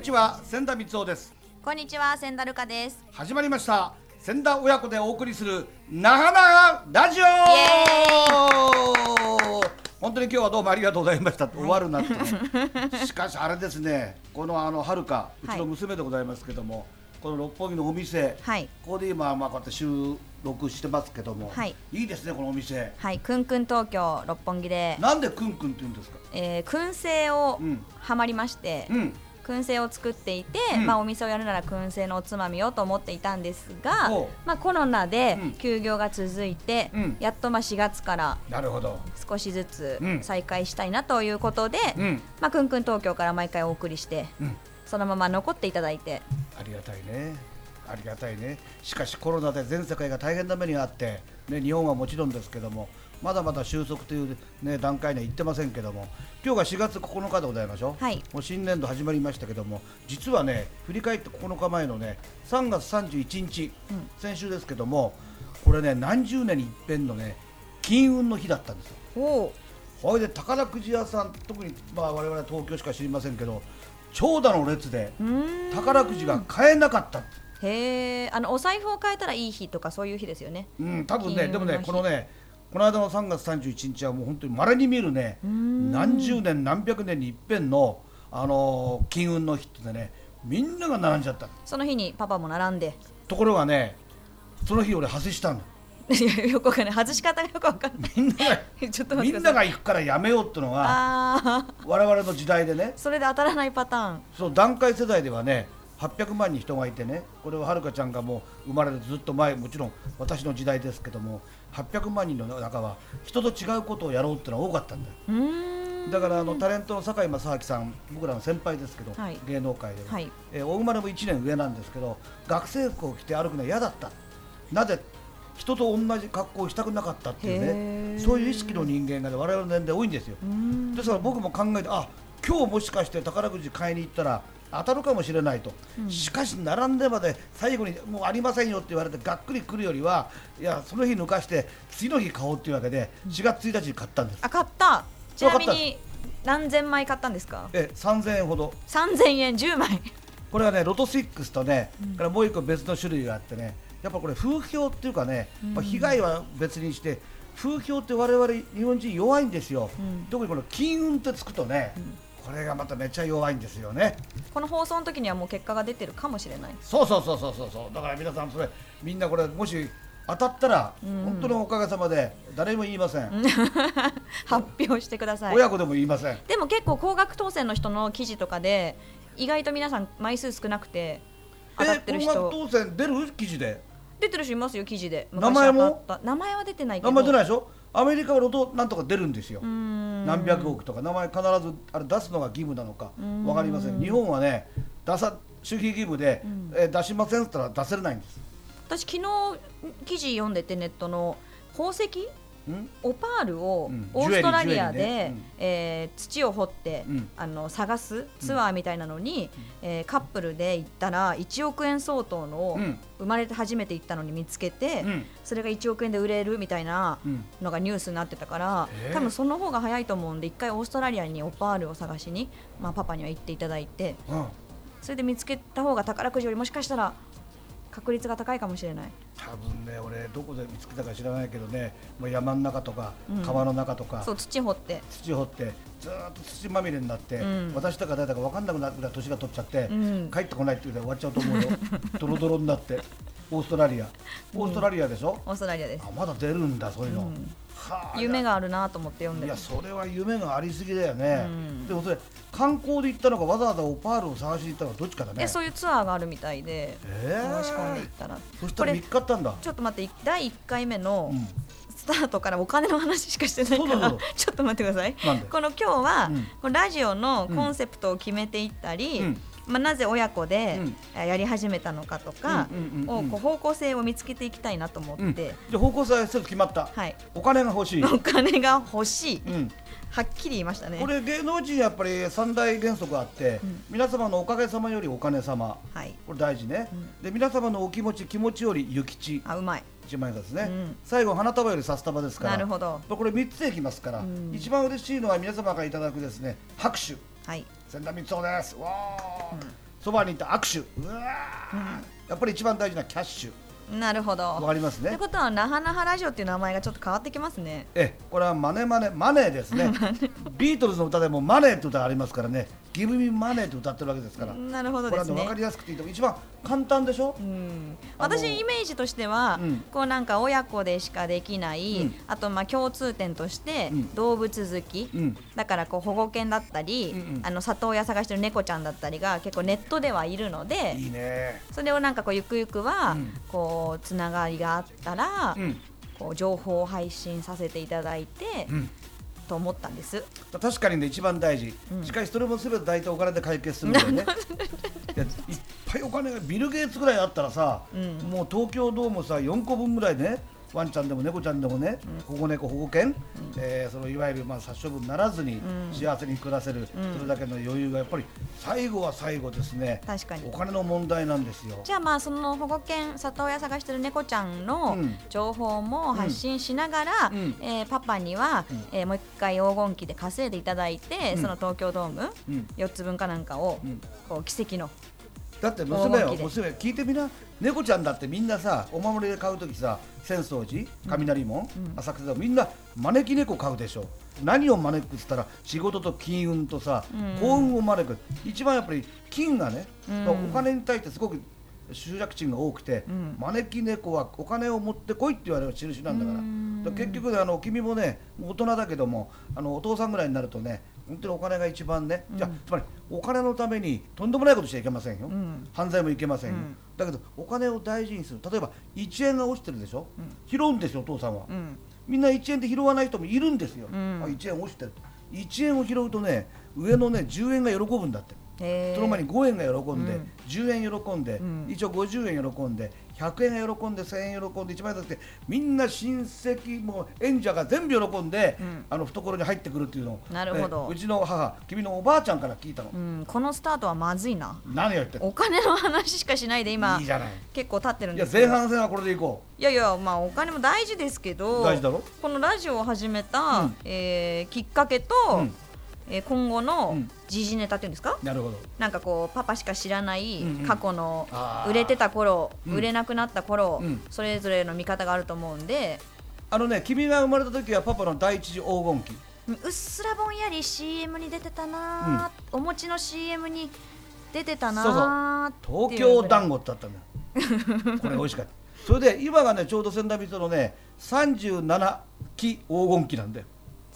ちは、千田光雄です。 こんにちは、千田るかです。 始まりました千田親子でお送りするなはなはラジオ。本当に今日はどうもありがとうございました、はい、終わるなってねしかしあれですね、このはるか、うちの娘でございますけども、はい、この六本木のお店、はい、ここで今、こうやって収録してますけども、はい、いいですねこのお店。 はい、くんくん東京六本木で。 なんでくんくんって言うんですか？ 燻製をハマりまして、燻製を作っていて、お店をやるなら燻製のおつまみをと思っていたんですが、コロナで休業が続いて、やっと4月から少しずつ再開したいなということで、くんくん東京から毎回お送りして、そのまま残っていただいて、 ありがたいね、ありがたいね。しかしコロナで全世界が大変な目にあって、日本はもちろんですけども、まだまだ収束という、段階には行ってませんけども、今日が4月9日でございましょう、はい、もう新年度始まりましたけども、実はね、振り返って9日前のね3月31日、先週ですけども、これね何十年に一遍のね金運の日だったんですよ。それで宝くじ屋さん、特に我々は東京しか知りませんけど、長蛇の列で宝くじが買えなかった。 へー、お財布を変えたらいい日とかそういう日ですよね。 多分ね。でもね、この間の3月31日はもう本当に稀に見るね、何十年何百年に一遍の、金運の日ってね、みんなが並んじゃった。 その日にパパも並んで、 ところがね、その日俺外したんだ。 よくわかんない、外し方がよくわかんない。みんなが行くからやめようってのが我々の時代でね。 それで当たらないパターン。 そう、団塊世代ではね800万人人がいてね、これははるかちゃんがもう生まれるずっと前、もちろん私の時代ですけども、800万人の中は人と違うことをやろうってのが多かったんだよ。だからタレントの堺正明さん、僕らの先輩ですけど、はい、芸能界では、はい、お生まれも1年上なんですけど、学生服を着て歩くのは嫌だった。なぜ？人と同じ格好をしたくなかったっていうね、そういう意識の人間が、我々の年齢多いんですよ。ですから僕も考えて、今日もしかして宝くじ買いに行ったら当たるかもしれないと、しかし並んでまで最後にもうありませんよって言われてがっくり来るよりは、いやその日抜かして次の日買おうっていうわけで、4月1日に買ったんです。 買った。ちなみに何千枚買ったんですか ？3000円ほど。 3000円10枚。これはねロト6とね、からもう一個別の種類があってね、やっぱこれ風評っていうかね、被害は別にして風評って我々日本人弱いんですよ。特にこの金運ってつくとね、これがまためっちゃ弱いんですよね。 この放送の時にはもう結果が出てるかもしれない。 そうだから皆さん、それみんなこれもし当たったら、本当のおかげさまで誰も言いません発表してください。 親子でも言いません。 でも結構高額当選の人の記事とかで意外と皆さん枚数少なくて当たってる人、 高額当選出る記事で出てる人いますよ。記事で名前も、 名前は出てないけど、 名前出ないでしょ。アメリカはロトなんとか出るんですよ。何百億とか名前必ずあれ出すのが義務なのか分かりません。日本はね守秘義務で、出しませんって言ったら出せれないんです。 私昨日記事読んでて、ネットの宝石オパールをオーストラリアで、土を掘って、探すツアーみたいなのに、カップルで行ったら1億円相当の、生まれて初めて行ったのに見つけて、それが1億円で売れるみたいなのがニュースになってたから、多分その方が早いと思うんで、一回オーストラリアにオパールを探しに、パパには行っていただいて、それで見つけた方が宝くじよりもしかしたら確率が高いかもしれない。 多分ね、俺どこで見つけたか知らないけどね、もう山の中とか川の中とか、 そう土掘ってずっと土まみれになって、私とか誰だか分かんなくなるぐらい年が取っちゃって、帰ってこないっていうので終わっちゃうと思うよドロドロになって。オーストラリアでしょ。 オーストラリアです。 まだ出るんだそういうの。 夢があるなと思って読んでる。 いやそれは夢がありすぎだよね。でもそれ観光で行ったのかわざわざオパールを探しに行ったのかどっちかだね。 そういうツアーがあるみたいで、申し込んでいったら、 そしたら見っかったんだ。 ちょっと待って、第1回目のスタートからお金の話しかしてないから、ちょっと待ってください。この今日は、このラジオのコンセプトを決めていったり、なぜ親子でやり始めたのかとかを方向性を見つけていきたいなと思って、 じゃあ方向性はすぐ決まった、お金が欲しい、 お金が欲しい、はっきり言いましたね。 これ芸能人やっぱり三大原則があって、皆様のおかげさまよりお金様、これ大事ね、で皆様のお気持ちより諭吉、 うまい一枚ですね、最後花束より札束ですから、 なるほど、 これ3つできますから、一番嬉しいのは皆様からいただくですね拍手、千田光雄です、わー、 そばにいた握手、うわ、やっぱり一番大事なキャッシュ。 なるほど。 わかりますね。 ということはなはなはラジオっていう名前がちょっと変わってきますね。 これはマネーですねビートルズの歌でもマネーって歌がありますからね、ギブミマネーって歌ってるわけですから。 なるほどですね。 これは分かりやすくていいと一番簡単でしょ。 私イメージとしては、こうなんか親子でしかできない、あとまあ共通点として、動物好き、だからこう保護犬だったり、里親探してる猫ちゃんだったりが結構ネットではいるので、 いいね。 それをなんかこうゆくゆくは、こうつながりがあったら、こう情報を配信させていただいて、と思ったんです。 確かにね、一番大事、しかしそれも全て大体お金で解決するんだよねいっぱいお金がビル・ゲイツぐらいあったらさ、もう東京ドームさ4個分ぐらいね、ワンちゃんでも猫ちゃんでもね、保護猫保護犬、そのいわゆる殺処分ならずに幸せに暮らせる、それだけの余裕がやっぱり最後は最後ですね。 確かにお金の問題なんですよ。 じゃあまあその保護犬里親探してる猫ちゃんの情報も発信しながら、パパには、もう一回黄金期で稼いでいただいて、その東京ドーム、4つ分かなんかを、こう奇跡のだって娘聞いてみな、猫ちゃんだってみんなさ、お守りで買うときさ、浅草寺、雷門、浅草でみんな招き猫買うでしょ。何を招くって言ったら仕事と金運とさ、幸運を招く。一番やっぱり金がね、お金に対してすごく執着心が多くて、招き猫はお金を持ってこいって言われる印なんだから。結局ね、君もね大人だけども、お父さんぐらいになるとね、本当にお金が一番ね、じゃあつまりお金のためにとんでもないことしちゃいけませんよ、犯罪もいけませんよ、だけどお金を大事にする。例えば1円が落ちてるでしょ、拾うんですよお父さんは、みんな1円で拾わない人もいるんですよ、1円落ちてる、1円を拾うとね、上のね10円が喜ぶんだって。その前に5円が喜んで、10円喜んで、一応50円喜んで、100円が喜んで、1000円喜んで、1万円だって、みんな親戚も演者が全部喜んで、懐に入ってくるっていうのを、 なるほど、 うちの母、君のおばあちゃんから聞いたの。 このスタートはまずいな。 何を言ってる、 お金の話しかしないで今、いいじゃない、結構経ってるんですけど。 いや前半戦はこれでいこう。 いや、まあお金も大事ですけど、 大事だろ。 このラジオを始めた、きっかけと、今後の時事ネタっていうんですか、 なるほど、 なんかこうパパしか知らない過去の売れてた頃、売れなくなった頃、それぞれの見方があると思うんで、 君が生まれた時はパパの第一次黄金期、 うっすらぼんやり CM に出てたな、お餅の CM に出てたな、 東京団子ってあったんだよこれ美味しかった。それで今がねちょうど千田光のね37期黄金期なんだよ。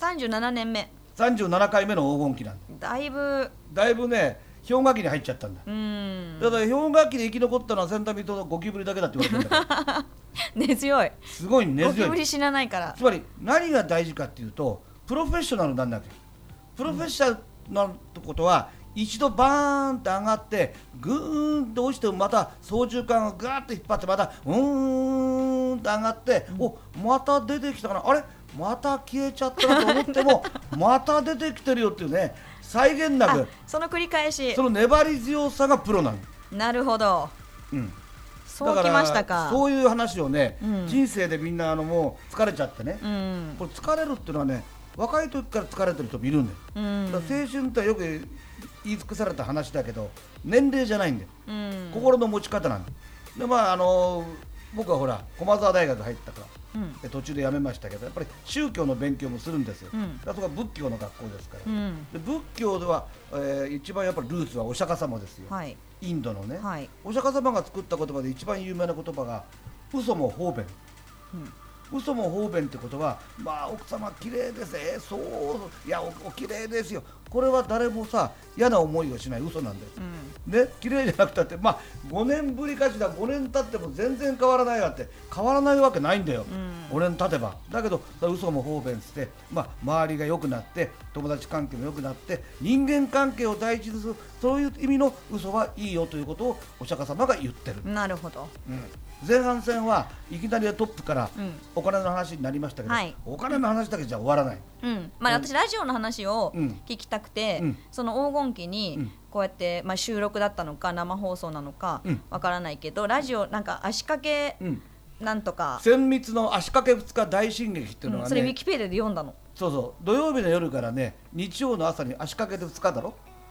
37年目、 37回目の黄金期なんだ。だいぶね氷河期に入っちゃったんだ。だから氷河期で生き残ったのは千田光のゴキブリだけだって言われてるんだから根強い、 すごい根強い。 ゴキブリ死なないから。 つまり何が大事かっていうと、プロフェッショナルなんだけど、プロフェッショナルってことは、一度バーンと上がってグーンと落ちて、また操縦桿をガーッと引っ張って、またうーんと上がって、おまた出てきたかな、あれまた消えちゃったなと思ってもまた出てきてるよっていうね、際限なくその繰り返し、 その粘り強さがプロなの。 なるほど、そうきましたか。 そういう話をね、人生でみんなもう疲れちゃってね、これ疲れるっていうのはね、若い時から疲れてる人もいるんだよ、だから青春ってよく言い尽くされた話だけど、年齢じゃないんだよ、心の持ち方なんだよ。で僕はほら駒澤大学入ったから、で途中で辞めましたけど、やっぱり宗教の勉強もするんですよ、そこは仏教の学校ですから、で仏教では、一番やっぱりルーツはお釈迦様ですよ、インドのね、お釈迦様が作った言葉で一番有名な言葉が嘘も方便、嘘も方便ってことは、奥様綺麗ですね、そういや お綺麗ですよ、これは誰もさ嫌な思いをしない嘘なんだよ、ね、綺麗じゃなくたって5年ぶりかしら、5年経っても全然変わらないわって、変わらないわけないんだよ、5年経てば。だけど嘘も方便って、周りが良くなって、友達関係も良くなって、人間関係を大事にする、そういう意味の嘘はいいよということをお釈迦様が言ってる。 なるほど、 前半戦はいきなりトップからお金の話になりましたけど、お金の話だけじゃ終わらない。 私ラジオの話を聞きたくて、その黄金期にこうやって、収録だったのか生放送なのかわからないけど、ラジオなんか足掛けなんとか、 千光の足掛け2日大進撃っていうのがね、 それウィキペディアで読んだの。 そう土曜日の夜からね日曜の朝に足掛けで2日だろ。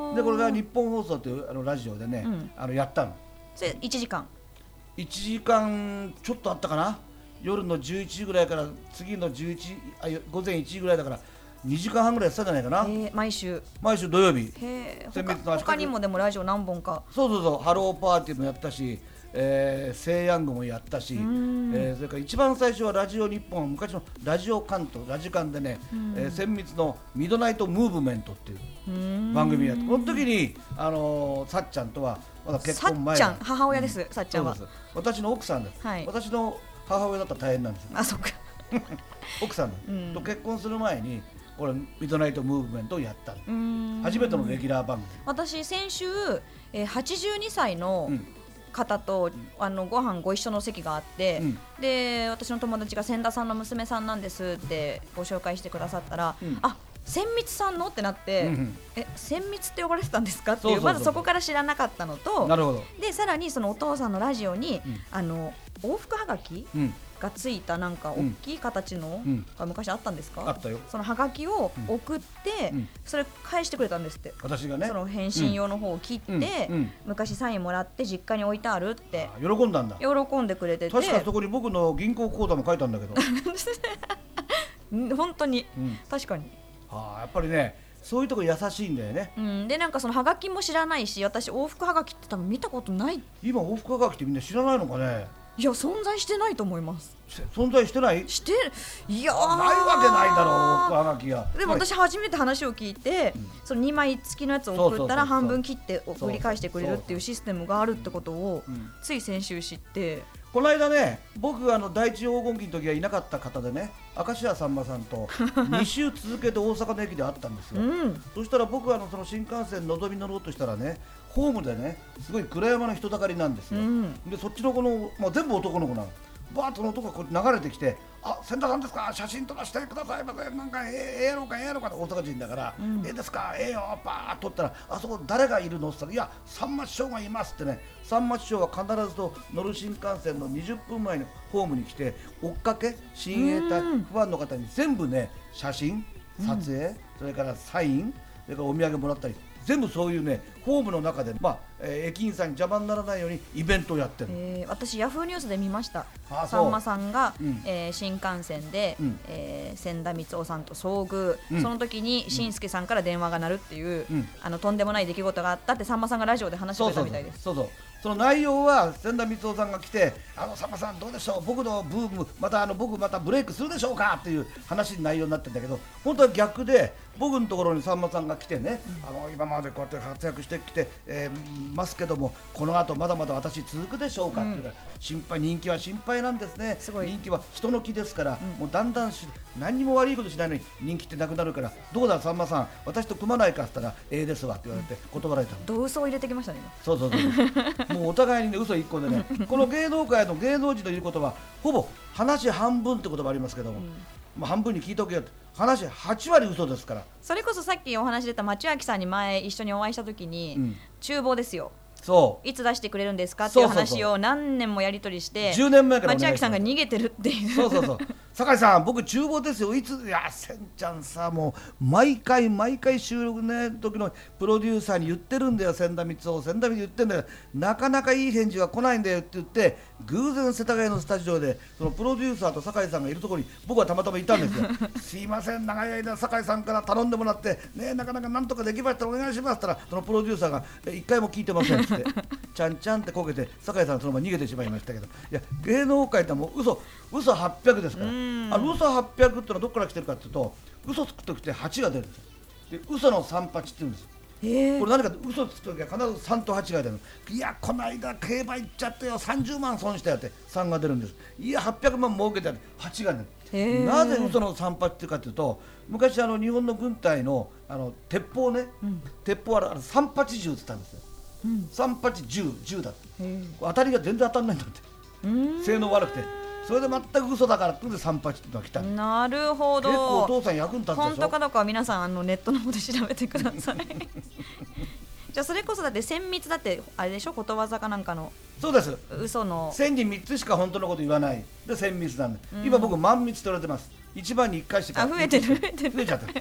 でこれが日本放送というラジオでね、やったの。 それ1時間 1時間ちょっとあったかな。夜の11時ぐらいから次の午前1時ぐらいだから2時間半ぐらいやってたんじゃないかな。 毎週土曜日。 他にもでもラジオ何本か。 そうハローパーティーもやったし、セイヤングもやったし、それから一番最初はラジオ日本、昔のラジオ関東ラジカンでね、千光のミッドナイトムーブメントっていう番組やって、この時にさっちゃんとはまだ結婚前。 さっちゃん母親です。さっちゃんは私の奥さんです。私の母親だったら大変なんですよ。 あ、そっか。 奥さんと結婚する前にこれミッドナイトムーブメントをやったの。初めてのレギュラー番組。 私先週、82歳の方とご飯ご一緒の席があって、で私の友達が千田さんの娘さんなんですってご紹介してくださったら、あ、千光さんのってなって、千光って呼ばれてたんですかっていう、まずそこから知らなかったのと、 なるほど。 でさらにそのお父さんのラジオに、往復はがき、がついたなんか大きい形のが昔あったんですか。 あったよ。 そのはがきを送って、それ返してくれたんですって。 私がね、 その返信用の方を切って、昔サインもらって実家に置いてあるって喜んだんだ。 喜んでくれてて、 確かそこに僕の銀行口座も書いたんだけど本当に、確かに。 やっぱりね、そういうとこ優しいんだよね。 でなんかそのはがきも知らないし、私往復はがきって多分見たことない。 今往復はがきってみんな知らないのかね。 いや、存在してないと思います。 存在してない？ いやー、 ないわけないだろう、往復はがきが。 でも私初めて話を聞いて、その2枚付きのやつを送ったら半分切って送り返してくれるっていうシステムがあるってことをつい先週知って。 この間ね、僕が第一黄金期の時はいなかった方でね、明石家さんまさんと2週続けて大阪の駅で会ったんですよ。そしたら僕はその新幹線のぞみ乗ろうとしたらね、ホームでね、すごい暗山の人だかりなんですよ。でそっちの子の、全部男の子なの。バーッとその男がこう流れてきて、あ、千田さんですか、写真撮らせてくださいませ、なんかやろうかって大阪人だから、ですか、よ、バーッと撮ったら、あそこ誰がいるのって言ったら、いや、さんま師匠がいますってね。さんま師匠は必ずと乗る新幹線の20分前にホームに来て、追っかけ親衛隊ファンの方に全部ね、写真撮影、それからサイン、それからお土産もらったり、全部そういうね、ホームの中で、駅員さんに邪魔にならないようにイベントをやってる。 私ヤフーニュースで見ました。さんまさんが、新幹線で、千田光雄さんと遭遇、その時にしんすけさんから電話が鳴るっていう、とんでもない出来事があったってさんまさんがラジオで話してくれたみたいです。 その内容は千田光雄さんが来て、さんまさんどうでしょう、僕のブーム僕またブレイクするでしょうかっていう話の内容になってるんだけど、本当は逆で、僕のところにさんまさんが来てね、今までこうやって活躍してきて、ますけども、この後まだまだ私続くでしょうかっていうから、人気は心配なんですね。人気は人の気ですから、もうだんだん何にも悪いことしないのに人気ってなくなるから、どうださんまさん、私と組まないかって言ったらですわって言われて断られたの。 どう嘘を入れてきましたね。 もうお互いにね、嘘一個でね、この芸能界の芸能人ということはほぼ話半分ってこともありますけども、半分に聞いとけよって、話8割嘘ですから。 それこそさっきお話出た町明さんに前一緒にお会いした時に、厨房ですよ。いつ出してくれるんですかっていう話を何年もやり取りして、 10年前から町明さんが逃げてるっていう。 酒井さん、僕厨房ですよ、いつ、いや、せんちゃんさ、もう毎回収録ね時のプロデューサーに言ってるんだよ、千田光雄言ってんだよ、なかなかいい返事が来ないんだよって言って、偶然世田谷のスタジオでそのプロデューサーと酒井さんがいるところに僕はたまたまいたんですよ。すいません、長い間酒井さんから頼んでもらってね、なかなかなんとかできましたらお願いしますって言ったら、そのプロデューサーが一回も聞いてませんってちゃんちゃんってこけて、酒井さんそのまま逃げてしまいましたけど、いや、芸能界ってもう嘘800ですから。嘘800っていうのはどこから来てるかっていうと、嘘つくときって8が出るんですよ。で、嘘の3八って言うんですよ。これ何か嘘つくときは必ず3と8が出る。いや、この間競馬行っちゃってよ、30万損したよって3が出るんです。いや、800万儲けてやって8が出る。なぜ嘘の3八っていうかというと、昔日本の軍隊の鉄砲ね、鉄砲は3八銃って言ったんですよ。3八10だって、当たりが全然当たんないんだって、性能悪くて、それで全く嘘だからって3八ってのが来た。 なるほど。 結構お父さん役に立つでしょ。 本当かどうかは皆さんネットの方で調べてください。じゃあそれこそだって千密だってあれでしょ、ことわざかなんかの。 そうです。 嘘の千に3つしか本当のこと言わないで千密なんで、今僕万密と言われてます。1番に1回しか。 増えてる増えちゃった。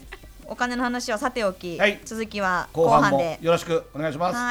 お金の話はさておき、 はい、 続きは後半もよろしくお願いします。 はい。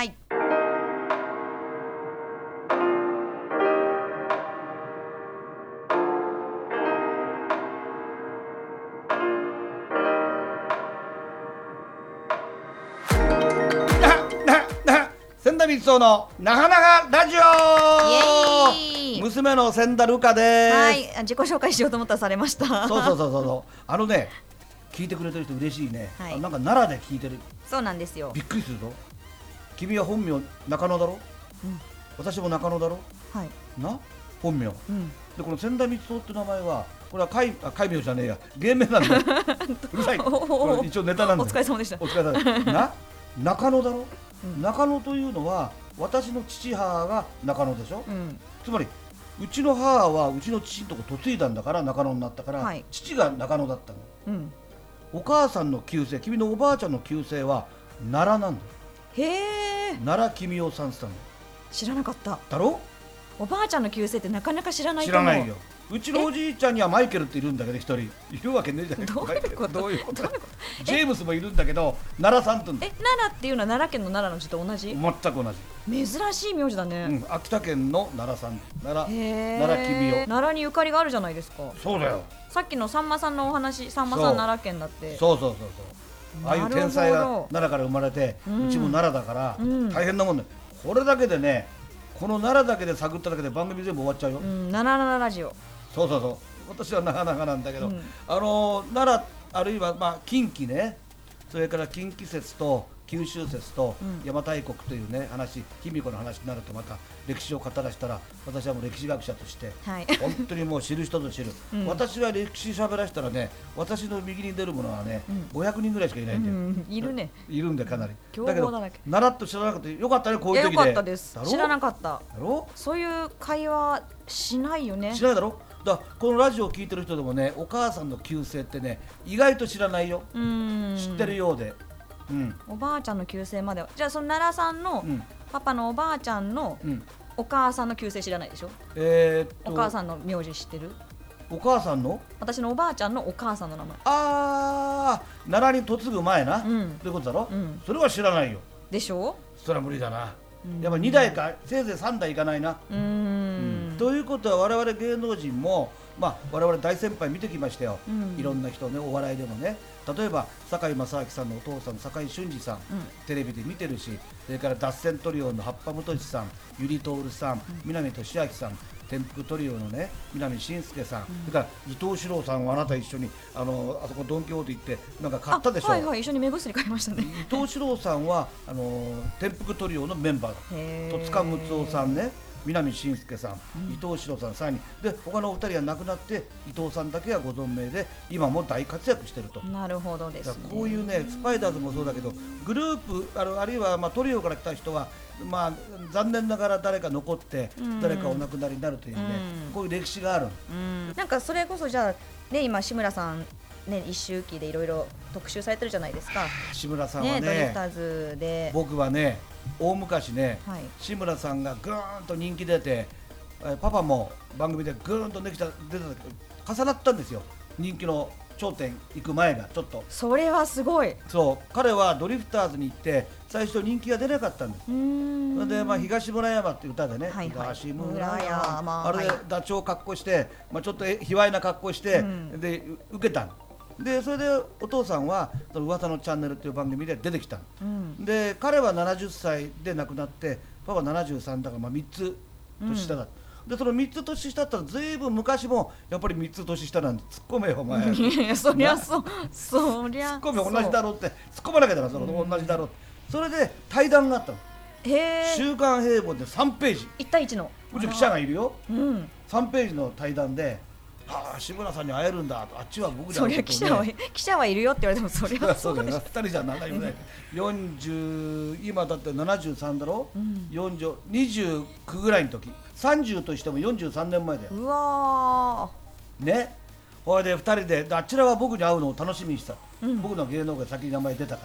千田光雄のなかなかラジオ。 イエーイ。 娘の千田ルカです。 はい、自己紹介しようと思ったらされました。 そうね、聞いてくれてる人嬉しいね、はい、なんか奈良で聞いてる。 そうなんですよ。 びっくりするぞ。君は本名中野だろ、私も中野だろ、 はい、 な本名、でこの千田光雄って名前はこれは戒名じゃねえや、芸名なんだよ。うるさい。これ一応ネタなんだよ。 お疲れ様でした。 お疲れ様でな中野だろ、中野というのは私の父母が中野でしょ、つまりうちの母はうちの父のとこ嫁いだんだから中野になったから、父が中野だったの、お母さんの旧姓、君のおばあちゃんの旧姓は奈良なんだよ。 へー、 奈良公夫さんって言ったの。 知らなかっただろ。 おばあちゃんの旧姓ってなかなか知らないと思う。知らないよ。うちのおじいちゃんにはマイケルっているんだけど、一人いるわけねえじゃない。 どういうこと？ ジェームスもいるんだけど奈良さんって言うんだ。 奈良っていうのは奈良県の奈良の字と同じ？ 全く同じ。珍しい名字だね。 秋田県の奈良さん、奈良公夫。 奈良にゆかりがあるじゃないですか。 そうだよ。 さっきのさんまさんのお話、さんまさん奈良県だって。 そうああいう天才が奈良から生まれて、うちも奈良だから大変なもんだ。これだけでね、この奈良だけで探っただけで番組全部終わっちゃうよ。 奈良ラジオ。 そう私はなかなかなんだけど、奈良あるいは近畿ね、それから近畿説と九州説と邪馬台国というね話、卑弥呼の話になるとまた歴史を語らせたら、私はもう歴史学者として本当にもう知る人ぞ知る、私は歴史喋らせたらね、私の右に出るものはね、500人ぐらいしかいないんだよ。 いるね。 いるんでかなり。 だけど奈良って知らなくてよかったね、こういう時で。 よかったです。知らなかった。だろ。そういう会話しないよね。 しないだろ。だこのラジオを聞いてる人でもね、お母さんの旧姓ってね意外と知らないよ。知ってるようで、 おばあちゃんの旧姓までは。じゃあその奈良さんのパパのおばあちゃんのお母さんの旧姓知らないでしょ。お母さんの名字知ってる？ お母さんの？私のおばあちゃんのお母さんの名前。 奈良に嫁ぐ前な、ということだろ、それは知らないよ。 でしょ。 それは無理だな。やっぱ2代かせいぜい3代いかないな。ということは我々芸能人も、我々大先輩見てきましたよ、いろんな人ね、お笑いでもね。例えば堺正明さんのお父さん堺俊二さん、テレビで見てるし、それから脱線トリオの葉っぱ元さん、ゆりとおるさん、南俊明さん、天福トリオのね南信介さん、それから伊藤四郎さんはあなた一緒にあそこドン・キホーテ行ってなんか買ったでしょ。 一緒に目薬買いましたね。 伊藤四郎さんは天福トリオのメンバーだ。戸塚睦夫さんね、南信介さん、伊藤四郎さん3人で、他のお二人は亡くなって伊藤さんだけがご存命で今も大活躍してると。 なるほどですね。 こういうねスパイダーズもそうだけど、グループあるいはトリオから来た人は残念ながら誰か残って誰かお亡くなりになるというね、こういう歴史がある。 なんかそれこそじゃあね、今志村さんね、一周期でいろいろ特集されてるじゃないですか。 志村さんはね、 ドリフターズで僕はね大昔ね、志村さんがぐーんと人気出て、パパも番組でぐーんと出てた重なったんですよ、人気の頂点行く前がちょっと。 それはすごい。 そう彼はドリフターズに行って最初人気が出なかったんです。で東村山って歌でね、東村山あれでダチョウ格好して、ちょっと卑猥な格好して、で受けたで、それでお父さんはその噂のチャンネルっていう番組で出てきた、で彼は70歳で亡くなってパパ73だから3つ年下だ、でその3つ年下だったらずいぶん昔もやっぱり3つ年下なんで突っ込めよお前。 いやそりゃそう、そりゃ突っ込め同じだろうって突っ込まなきゃだから、その同じだろう、それで対談があったの。週刊平凡で3ページ 1対1のうち記者がいるよ、3ページの対談で、志村さんに会えるんだと、あっちは僕じゃなくて、 そりゃ記者はいるよって言われてもそりゃそうだよな、2人じゃなんないよね。40今だって73だろ、29ぐらいの時、30としても43年前だよ。 うわね、ほいで2人であちらは僕に会うのを楽しみにした、僕の芸能界先に名前出たから、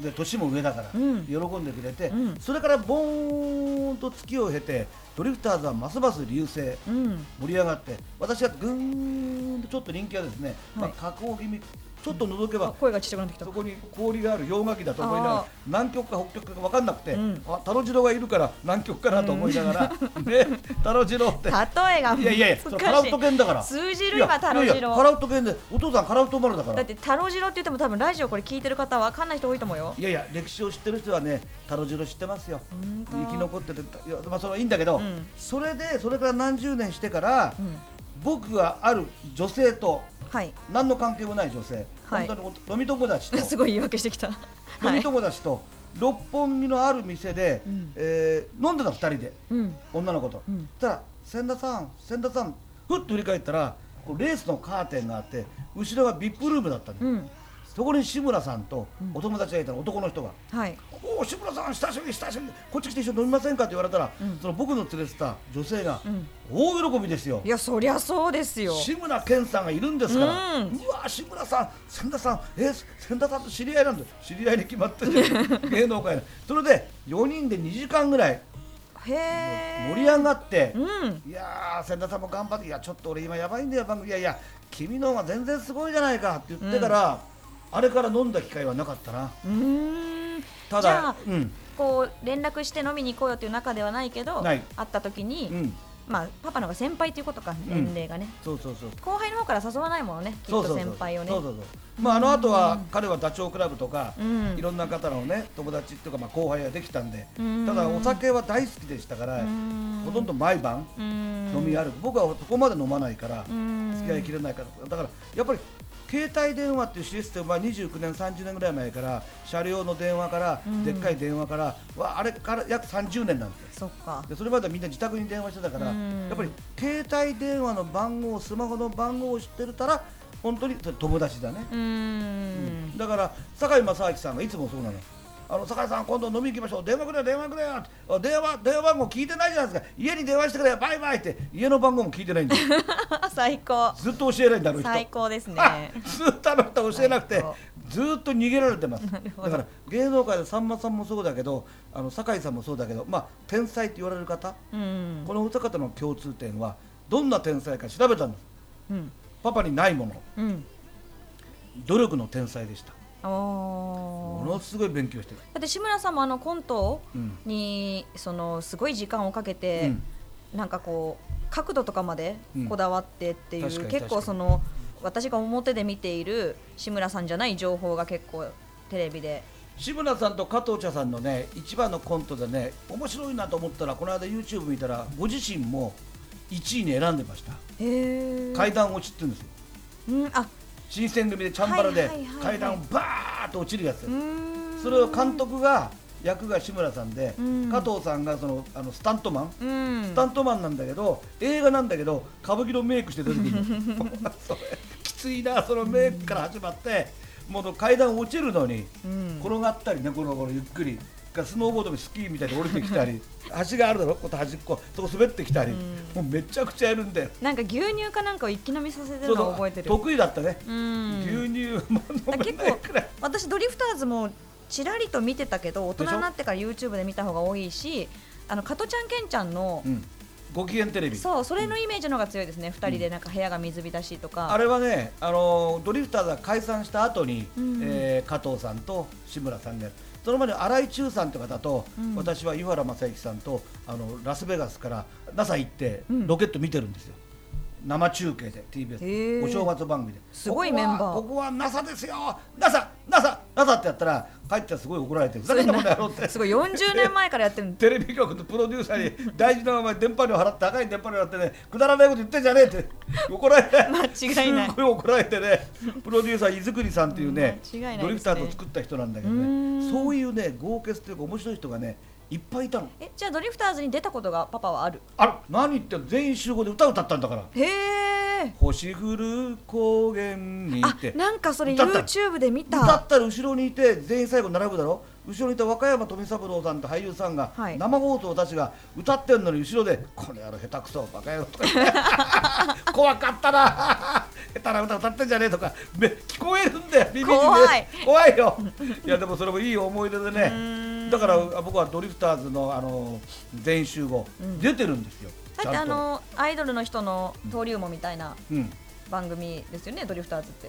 で年も上だから、喜んでくれて、それからボーンと月を経てドリフターズはますます隆盛、盛り上がって、私はぐーんとちょっと人気がですね、下降気味ちょっと覗けば声がちっちゃくなってきた。 そこに氷がある氷河期だと思いながら南極か北極か分かんなくて、タロジロがいるから南極かなと思いながら、ね、タロジロって例えがいやいやいやカラフト犬だから通じる今タロジロカラフト犬でお父さんカラフト丸だから。 だってタロジロって言っても多分ラジオこれ聞いてる方は分かんない人多いと思うよ。 いやいや歴史を知ってる人はねタロジロ知ってますよ。生き残っててまあそれはいいんだけど、それから何十年してから、僕がある女性と、何の関係もない女性、本当に飲み友達とすごい言い訳してきた飲み友達と六本木のある店で、飲んでた2人で、女の子と、そしたら千田さんふっと振り返ったらこうレースのカーテンがあって後ろが VIP ルームだったんです、そこに志村さんとお友達がいたの、男の人が、おお志村さん久しぶりこっち来て一緒に飲みませんかって言われたら、その僕の連れてた女性が、大喜びですよ。 いやそりゃそうですよ。 志村けんさんがいるんですから、うわ志村さん千田さん千田さんと知り合いなんだ。知り合いに決まってる芸能界のそれで4人で2時間ぐらい盛り上がって、いや千田さんも頑張って、いやちょっと俺今やばいんだよ番組、いや君の方が全然すごいじゃないかって言ってから、あれから飲んだ機会はなかったな。ただじゃあ、こう連絡して飲みに行こうよという仲ではないけど、会った時に、まあパパの方が先輩ということか、年齢がね、 そう後輩の方から誘わないものね、きっと先輩をね。 まああの後は彼はダチョウ倶楽部とか、いろんな方のね友達とかまあ後輩ができたんで、ただお酒は大好きでしたから、ほとんど毎晩飲み歩く。僕はそこまで飲まないから付き合いきれないから、だからやっぱり携帯電話っていうシステムは29年30年ぐらい前から車両の電話から、でっかい電話からあれから約30年なんですよ。でそれまではみんな自宅に電話してたから、やっぱり携帯電話の番号スマホの番号を知ってるたら本当に友達だね。だから堺正明さんがいつもそうなの。酒井さん今度飲み行きましょう、電話くれよ電話番号聞いてないじゃないですか、家に電話してくれよバイバイって家の番号も聞いてないんだよ最高。 ずっと教えないんだろう人。 最高ですねずっと教えなくてずっと逃げられてますだから芸能界でさんまさんもそうだけど酒井さんもそうだけど、まあ天才って言われる方、この二方の共通点はどんな天才か調べたんです、パパにないもの、努力の天才でした。ものすごい勉強してる。 だって志村さんもコントに、すごい時間をかけて、なんかこう角度とかまでこだわってっていう、結構私が表で見ている志村さんじゃない情報が結構テレビで。 志村さんと加藤茶さんのね一番のコントでね面白いなと思ったら、この間 YouTube 見たらご自身も1位に選んでました。階段落ちって言うんですよ。新選組でチャンバラで階段をバーッと落ちるやつ。それを監督が役が志村さんで、加藤さんがスタントマンなんだけど、映画なんだけど歌舞伎のメイクして出てくるのそれきついな。そのメイクから始まってもう階段落ちるのに、転がったりね、このゆっくりスノーボードでスキーみたいに降りてきたり橋があるだろ、ここ端っこそこ滑ってきたり、もうめちゃくちゃやるんだよ。 なんか牛乳かなんかを一気飲みさせてるのを覚えてる。 得意だったね、牛乳も飲めないくらい。 私ドリフターズもちらりと見てたけど、大人になってから YouTube で見た方が多いし、加トちゃんケンちゃんの、 ご機嫌テレビ、 それのイメージの方が強いですね。2人でなんか部屋が水浸しとか、 あれはね、ドリフターズが解散した後に、加藤さんと志村さんで、その前に新井中さんという方と、私は湯原正幸さんとラスベガスから NASA 行ってロケット見てるんですよ、生中継で TBS お正月番組で。 すごいメンバー。 ここは NASA ですよ、 NASA ってやったら帰ってすごい怒られて、ふざけたものやろうってすごい40年前からやってるテレビ局のプロデューサーに大事なお前電波料払って、高い電波料払ってね、くだらないこと言ってんじゃねえって怒られて間違いない、 すごい怒られてね、プロデューサー井作さんっていうね、ドリフターズを作った人なんだけどね、そういうね豪傑というか面白い人がねいっぱいいたの。 じゃあドリフターズに出たことがパパはある？ 何言ってんの、全員集合で歌ったんだから。 へえ。 星降る高原にって、 なんかそれ YouTube で見た。 歌ったら後ろにいて全員最後並ぶだろ、後ろにいた若山富三郎さんと俳優さんが、生放送たちが歌ってんのに後ろでこの野郎下手くそバカ野郎とか怖かったな下手な歌歌ってんじゃねえとか聞こえるんだよ、耳にね。怖いよいやでもそれもいい思い出でね。だから僕はドリフターズの全員集合出てるんですよ。 だってアイドルの人の登竜門みたいな番組ですよね、ドリフターズって。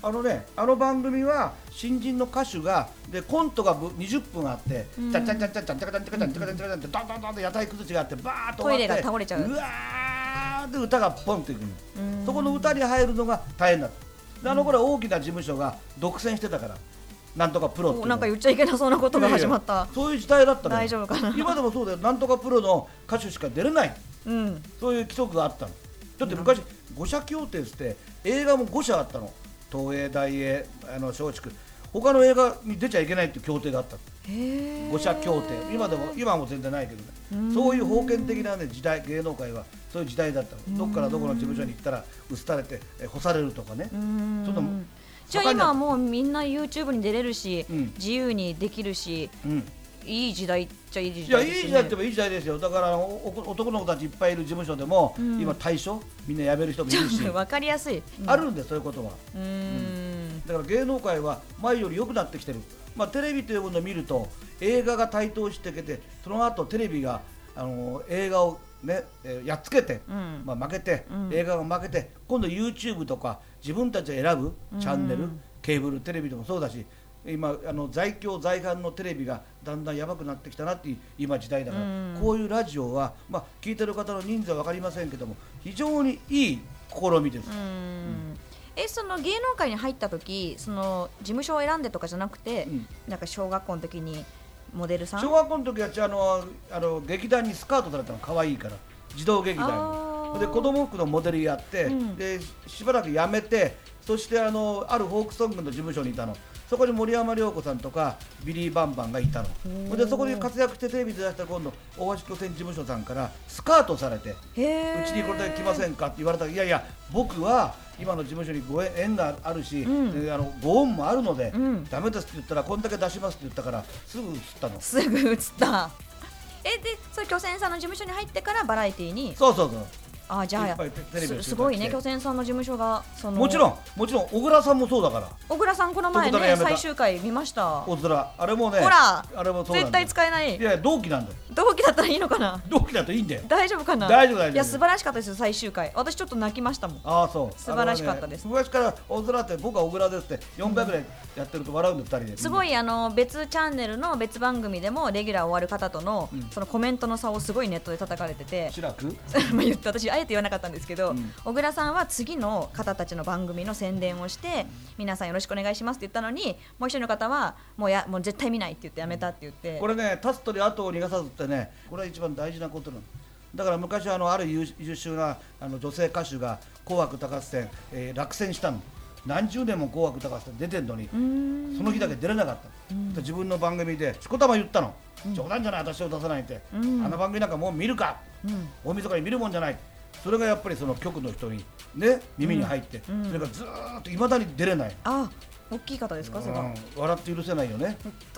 あの番組は新人の歌手がでコントが20分あって、チャンチャンチャンチャンチャンチャカチャンチャカチャンチャカチャンチャカチャンってドンドンドンって屋台崩しがあってバーッと終わってトイレが倒れちゃう。 うわーって歌がポンっていくの。そこの歌に入るのが大変だった。であの頃は大きな事務所が独占してたから。なんとかプロっていうのなんか言っちゃいけなそうなことが始まった。 そういう時代だったのよ。 大丈夫かな。 今でもそうだよ。なんとかプロの歌手しか出れない、そういう規則があったの。だって昔5社協定って映画も5社あったの。東映、大映、松竹、他の映画に出ちゃいけないっていう協定があったの。5社協定。今はもう全然ないけどね。そういう封建的な、ね、時代、芸能界はそういう時代だったの。どっからどこの事務所に行ったら薄たれて干されるとかね。 じゃあ今はもうみんな YouTube に出れるし、自由にできるし、いい時代っちゃいい時代ですね。 いい時代って言えばいい時代ですよ。だから男の子たちいっぱいいる事務所でも、今対象みんな辞める人もいるし、 分かりやすい、 あるんでそういうことは。だから芸能界は前より良くなってきてる。テレビというものを見ると映画が台頭してきて、その後テレビが映画をね、やっつけて、負けて、映画が負けて、今度 YouTube とか自分たちが選ぶチャンネル、ケーブルテレビでもそうだし、今在京在韓のテレビがだんだんやばくなってきたなっていう今時代だから、こういうラジオは、聞いてる方の人数は分かりませんけども非常にいい試みです。 その芸能界に入った時、その事務所を選んでとかじゃなくて、なんか小学校の時にモデルさん、 小学校の時は劇団にスカートされたの可愛いから、児童劇団で子供服のモデルやって、でしばらく辞めて、そしてあるフォークソングの事務所にいたの。そこに森山良子さんとかビリー・バンバンがいたので、そこで活躍してテレビで出した今度大橋巨泉事務所さんからスカートされて、うちにこれだけ来ませんかって言われたら、いやいや僕は今の事務所にご縁があるし、ご恩もあるので、ダメですって言ったらこんだけ出しますって言ったからすぐ移ったの。 すぐ移ったで、それ巨泉さんの事務所に入ってからバラエティーに。 そうじゃあすごいね、巨泉さんの事務所がもちろん小倉さんもそうだから。 小倉さんこの前ね最終回見ました。 小倉あれもね、 ほらあれもそう絶対使えない。 いや同期なんだよ。 同期だったらいいのかな。 同期だといいんだよ。 大丈夫かな。 大丈夫。 いや素晴らしかったですよ最終回。私ちょっと泣きましたもん。 そう素晴らしかったです。 昔から小倉って僕は小倉ですって4倍ぐらいやってると笑うんで2人で。 すごい別チャンネルの別番組でもレギュラー終わる方とのそのコメントの差をすごいネットで叩かれてて。 白く私あえて言わなかったんですけど、小倉さんは次の方たちの番組の宣伝をして、皆さんよろしくお願いしますって言ったのに、もう一人の方はもう絶対見ないって言ってやめたって言って、 これね立つ鳥後を逃がさずってね、これは一番大事なことなの。だから昔ある優秀な女性歌手が紅白歌合戦、落選したの。何十年も紅白歌合戦出てんのに、その日だけ出れなかった。自分の番組でしこたま言ったの。冗談じゃない、私を出さないって、あの番組なんかもう見るか、大晦日に見るもんじゃない。それがやっぱりその局の人にね耳に入って、それがずーっといまだに出れない。 大きい方ですかそれは。 笑って許せないよね。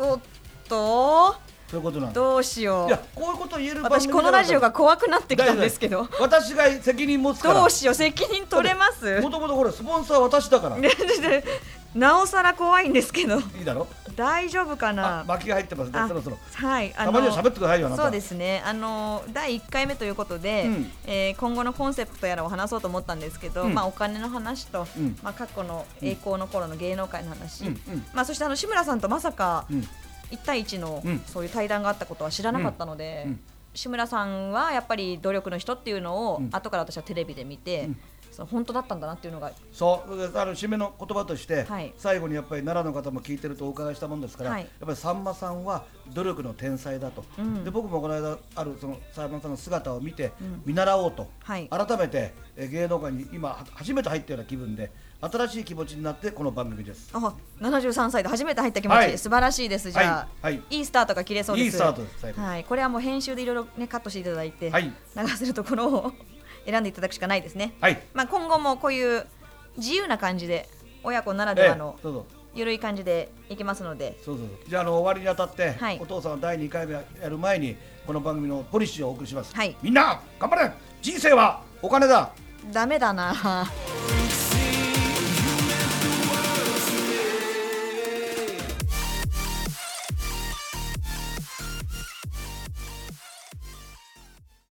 そういうことなんだ。 どうしよう。 いやこういうこと言える番組。 私このラジオが怖くなってきたんですけど。 私が責任持つから。 どうしよう、責任取れます。 もともとこれスポンサー私だから。 なおさら怖いんですけど。 いいだろ。 大丈夫かな。 巻きが入ってますね。そろそろ。 はい。 たまには喋ってくださいよ。 そうですね。第1回目ということで、今後のコンセプトやらを話そうと思ったんですけど、お金の話と、過去の栄光の頃の芸能界の話、そして志村さんとまさか1対1のそういう対談があったことは知らなかったので、志村さんはやっぱり努力の人っていうのを後から私はテレビで見て、本当だったんだなっていうのが。 そう締めの言葉として、最後にやっぱり奈良の方も聞いてるとお伺いしたもんですから、やっぱりさんまさんは努力の天才だと、で僕もこの間そのさんまさんの姿を見て見習おうと、改めて芸能界に今初めて入ったような気分で新しい気持ちになってこの番組です。 73歳で初めて入った気持ち、素晴らしいです。じゃあ、いいスタートが切れそうです。 いいスタートです。 これはもう編集でいろいろカットしていただいて、流せるところを選んでいただくしかないですね。今後もこういう自由な感じで親子ならではのゆるい感じでいきますので、 じゃあ終わりにあたって、お父さんは第2回目やる前にこの番組のポリシーをお送りします。みんな頑張れ、人生はお金だ。 ダメだな